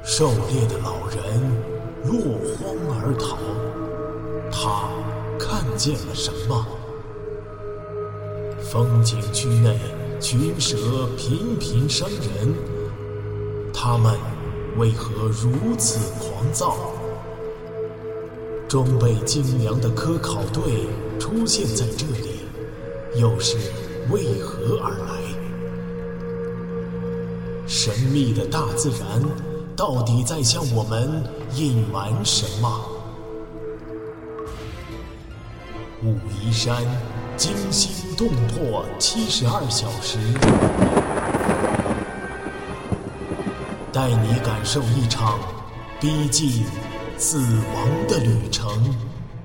狩猎的老人落荒而逃，他看见了什么？风景区内群蛇频频伤人，他们为何如此狂躁？装备精良的科考队出现在这里，又是为何而来？神秘的大自然到底在向我们隐瞒什么？武夷山惊心动魄72小时，带你感受一场逼近死亡的旅程。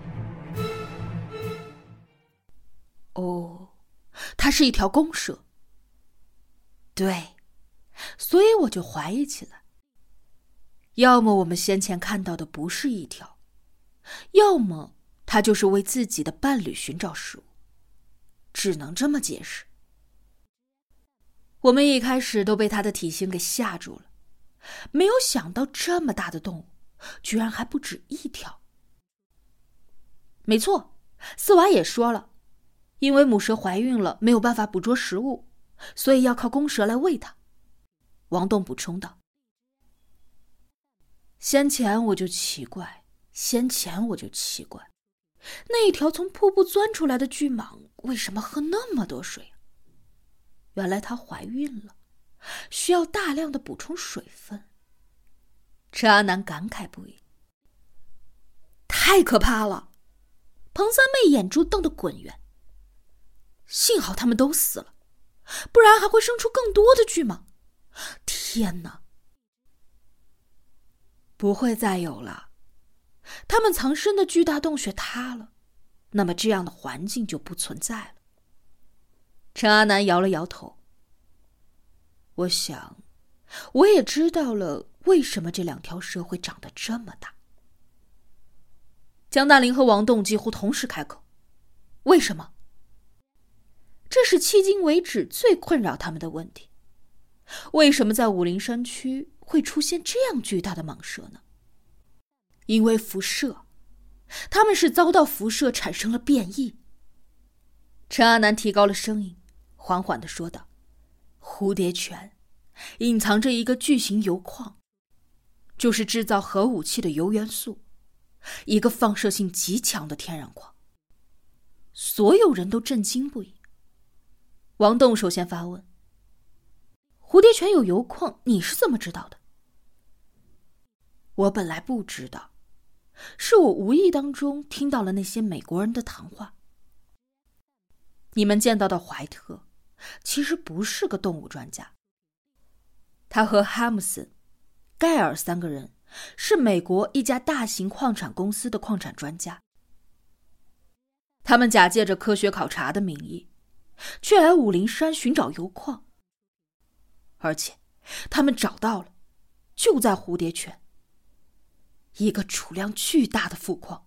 哦，它是一条公蛇。对，所以我就怀疑起来，要么我们先前看到的不是一条，要么它就是为自己的伴侣寻找食物，只能这么解释。我们一开始都被它的体型给吓住了，没有想到这么大的动物居然还不止一条。没错，斯瓦也说了，因为母蛇怀孕了，没有办法捕捉食物，所以要靠公蛇来喂它。王栋补充道。先前我就奇怪，那一条从瀑布钻出来的巨蟒为什么喝那么多水？原来她怀孕了，需要大量的补充水分。车阿南感慨不已。太可怕了！彭三妹眼珠瞪得滚圆。幸好他们都死了，不然还会生出更多的巨蟒。天哪！不会再有了。他们藏身的巨大洞穴塌了，那么这样的环境就不存在了。陈阿南摇了摇头。我想，我也知道了为什么这两条蛇会长得这么大。江大林和王栋几乎同时开口。为什么？这是迄今为止最困扰他们的问题。为什么在武陵山区会出现这样巨大的蟒蛇呢？因为辐射，他们是遭到辐射产生了变异。陈阿南提高了声音，缓缓地说道：蝴蝶泉隐藏着一个巨型铀矿，就是制造核武器的铀元素，一个放射性极强的天然矿。所有人都震惊不已。王栋首先发问：蝴蝶泉有铀矿，你是怎么知道的？我本来不知道，是我无意当中听到了那些美国人的谈话。你们见到的怀特其实不是个动物专家，他和哈姆森、盖尔三个人是美国一家大型矿产公司的矿产专家。他们假借着科学考察的名义，却来武陵山寻找铀矿，而且他们找到了，就在蝴蝶泉，一个储量巨大的富矿。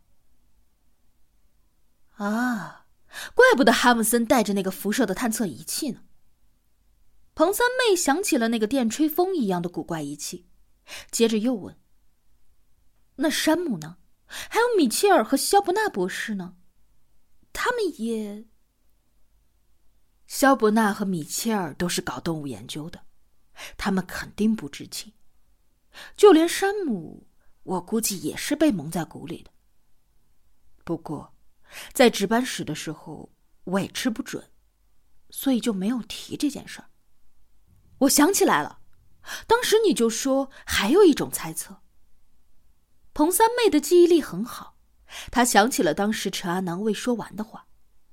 啊，怪不得哈姆森带着那个辐射的探测仪器呢。彭三妹想起了那个电吹风一样的古怪仪器，接着又问：那山姆呢？还有米切尔和肖伯纳博士呢？他们也……肖伯纳和米切尔都是搞动物研究的，他们肯定不知情。就连山姆，我估计也是被蒙在鼓里的。不过在值班室的时候我也吃不准，所以就没有提这件事儿。我想起来了，当时你就说还有一种猜测。彭三妹的记忆力很好，她想起了当时陈阿南未说完的话。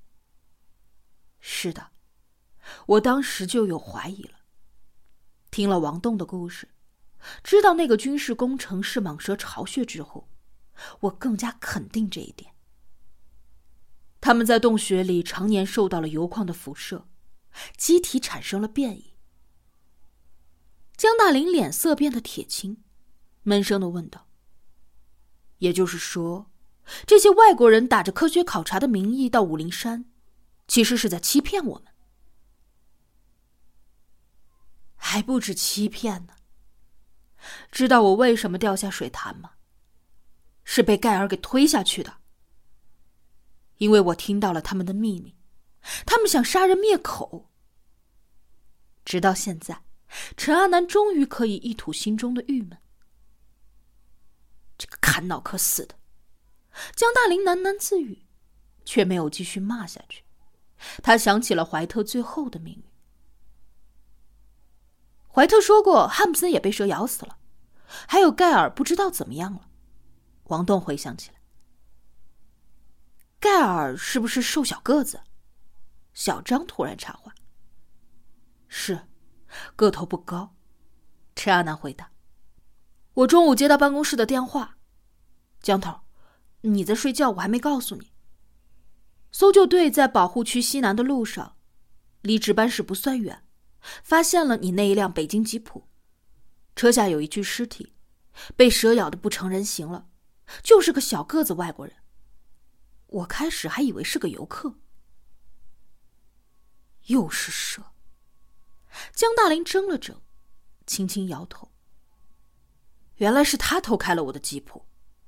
是的，我当时就有怀疑了。听了王栋的故事，知道那个军事工程是蟒蛇巢穴之后，我更加肯定这一点。他们在洞穴里常年受到了铀矿的辐射，机体产生了变异。江大林脸色变得铁青，闷声地问道：也就是说，这些外国人打着科学考察的名义到武陵山，其实是在欺骗我们？还不止欺骗呢。 知道我为什么掉下水潭吗？是被盖尔给推下去的。因为我听到了他们的秘密，他们想杀人灭口。直到现在，陈阿南终于可以一吐心中的郁闷。这个砍脑壳死的！江大林喃喃自语，却没有继续骂下去。他想起了怀特最后的命运。怀特说过汉普森也被蛇咬死了，还有盖尔不知道怎么样了。王栋回想起来，盖尔是不是瘦小个子？小张突然插话。是，个头不高。陈阿南回答。我中午接到办公室的电话，江头，你在睡觉，我还没告诉你。搜救队在保护区西南的路上，离值班室不算远，发现了你那一辆北京吉普，车下有一具尸体，被蛇咬得不成人形了，就是个小个子外国人。我开始还以为是个游客。又是蛇。江大林怔了怔，轻轻摇头。原来是他偷开了我的吉普。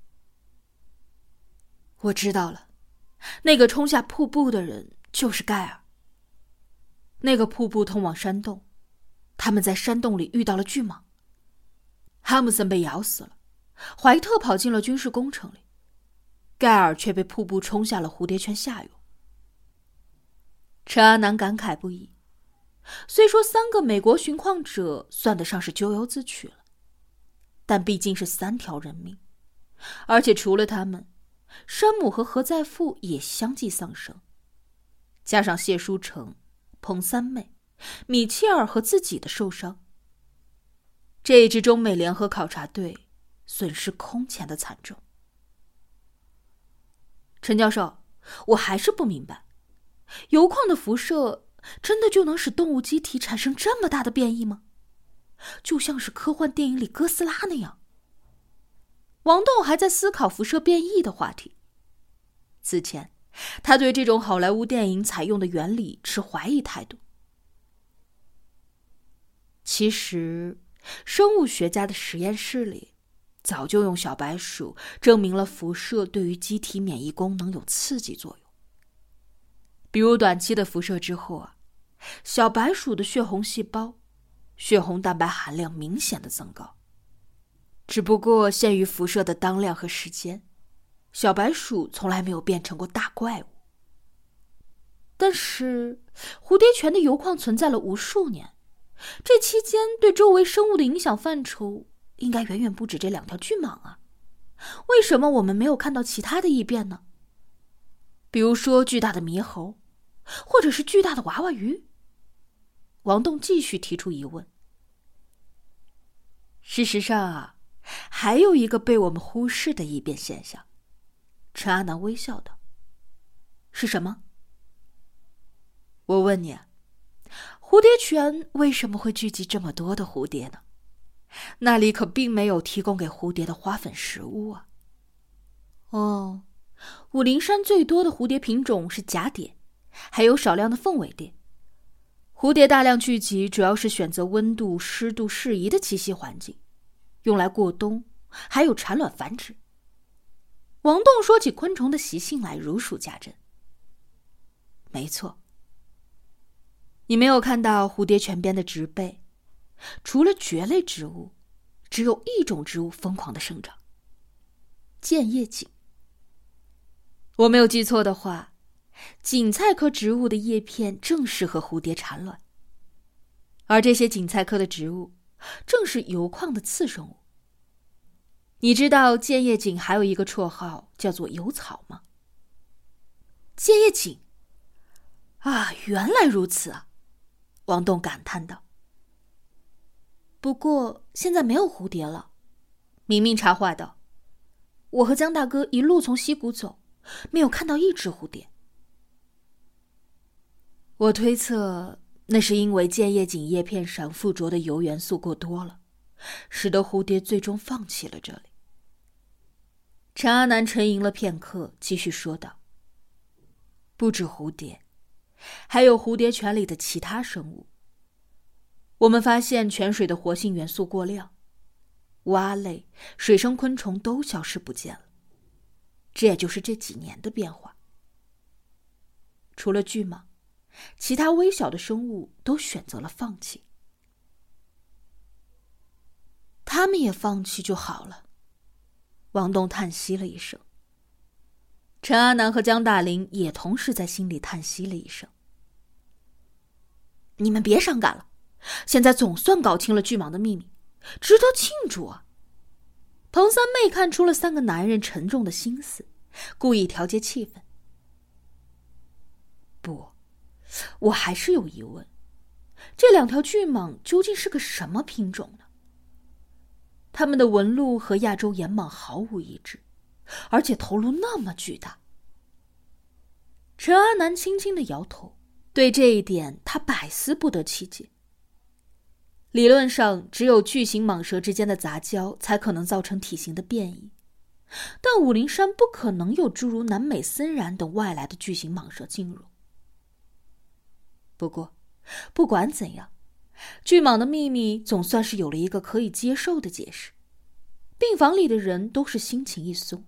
我知道了，那个冲下瀑布的人就是盖尔。那个瀑布通往山洞，他们在山洞里遇到了巨蟒。哈姆森被咬死了，怀特跑进了军事工程里，盖尔却被瀑布冲下了蝴蝶泉下游。陈阿南感慨不已。虽说3个美国寻矿者算得上是咎由自取了，但毕竟是3条人命，而且除了他们，山姆和何在富也相继丧生，加上谢书成、彭三妹、米切尔和自己的受伤，这一支中美联合考察队损失空前的惨重。陈教授，我还是不明白，铀矿的辐射真的就能使动物机体产生这么大的变异吗？就像是科幻电影里哥斯拉那样。王栋还在思考辐射变异的话题。此前，他对这种好莱坞电影采用的原理持怀疑态度。其实，生物学家的实验室里早就用小白鼠证明了辐射对于机体免疫功能有刺激作用。比如短期的辐射之后小白鼠的血红细胞、血红蛋白含量明显的增高。只不过限于辐射的当量和时间，小白鼠从来没有变成过大怪物。但是蝴蝶泉的铀矿存在了无数年，这期间对周围生物的影响范畴应该远远不止这2条巨蟒啊。为什么我们没有看到其他的异变呢？比如说巨大的猕猴，或者是巨大的娃娃鱼？王栋继续提出疑问。事实上还有一个被我们忽视的异变现象。陈阿南微笑道。是什么？我问你，蝴蝶泉为什么会聚集这么多的蝴蝶呢？那里可并没有提供给蝴蝶的花粉食物啊。哦，武陵山最多的蝴蝶品种是蛱蝶，还有少量的凤尾蝶。蝴蝶大量聚集主要是选择温度、湿度适宜的栖息环境，用来过冬，还有产卵繁殖。王栋说起昆虫的习性来如数家珍。没错，你没有看到蝴蝶泉边的植被，除了蕨类植物，只有一种植物疯狂的生长——剑叶堇。我没有记错的话，堇菜科植物的叶片正适合蝴蝶产卵，而这些堇菜科的植物正是铀矿的次生物。你知道剑叶堇还有一个绰号叫做铀草吗？剑叶堇啊，原来如此啊！王栋感叹道。不过现在没有蝴蝶了，明明插话道。我和江大哥一路从溪谷走，没有看到一只蝴蝶。我推测那是因为剑叶堇叶片上附着的铀元素过多了，使得蝴蝶最终放弃了这里。陈阿南沉吟了片刻，继续说道。不止蝴蝶，还有蝴蝶泉里的其他生物。我们发现泉水的活性元素过量， 蛙类、水生昆虫都消失不见了。这也就是这几年的变化。除了巨蟒，其他微小的生物都选择了放弃。他们也放弃就好了。王栋叹息了一声。陈阿南和江大林也同时在心里叹息了一声。你们别伤感了，现在总算搞清了巨蟒的秘密，值得庆祝啊！彭三妹看出了三个男人沉重的心思，故意调节气氛。不，我还是有疑问，这两条巨蟒究竟是个什么品种呢？它们的纹路和亚洲岩蟒毫无一致，而且头颅那么巨大。陈阿南轻轻地摇头，对这一点他百思不得其解。理论上，只有巨型蟒蛇之间的杂交才可能造成体型的变异，但武陵山不可能有诸如南美森蚺等外来的巨型蟒蛇进入。不过，不管怎样，巨蟒的秘密总算是有了一个可以接受的解释。病房里的人都是心情一松。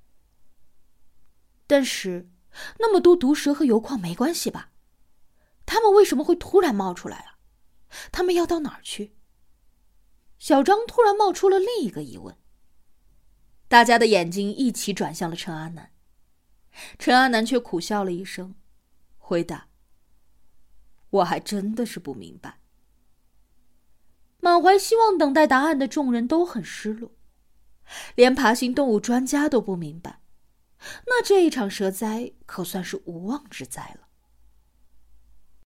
但是，那么多毒蛇和油矿没关系吧？他们为什么会突然冒出来啊？他们要到哪儿去？小张突然冒出了另一个疑问。大家的眼睛一起转向了陈阿南。陈阿南却苦笑了一声，回答：我还真的是不明白。满怀希望等待答案的众人都很失落，连爬行动物专家都不明白，那这一场蛇灾可算是无妄之灾了。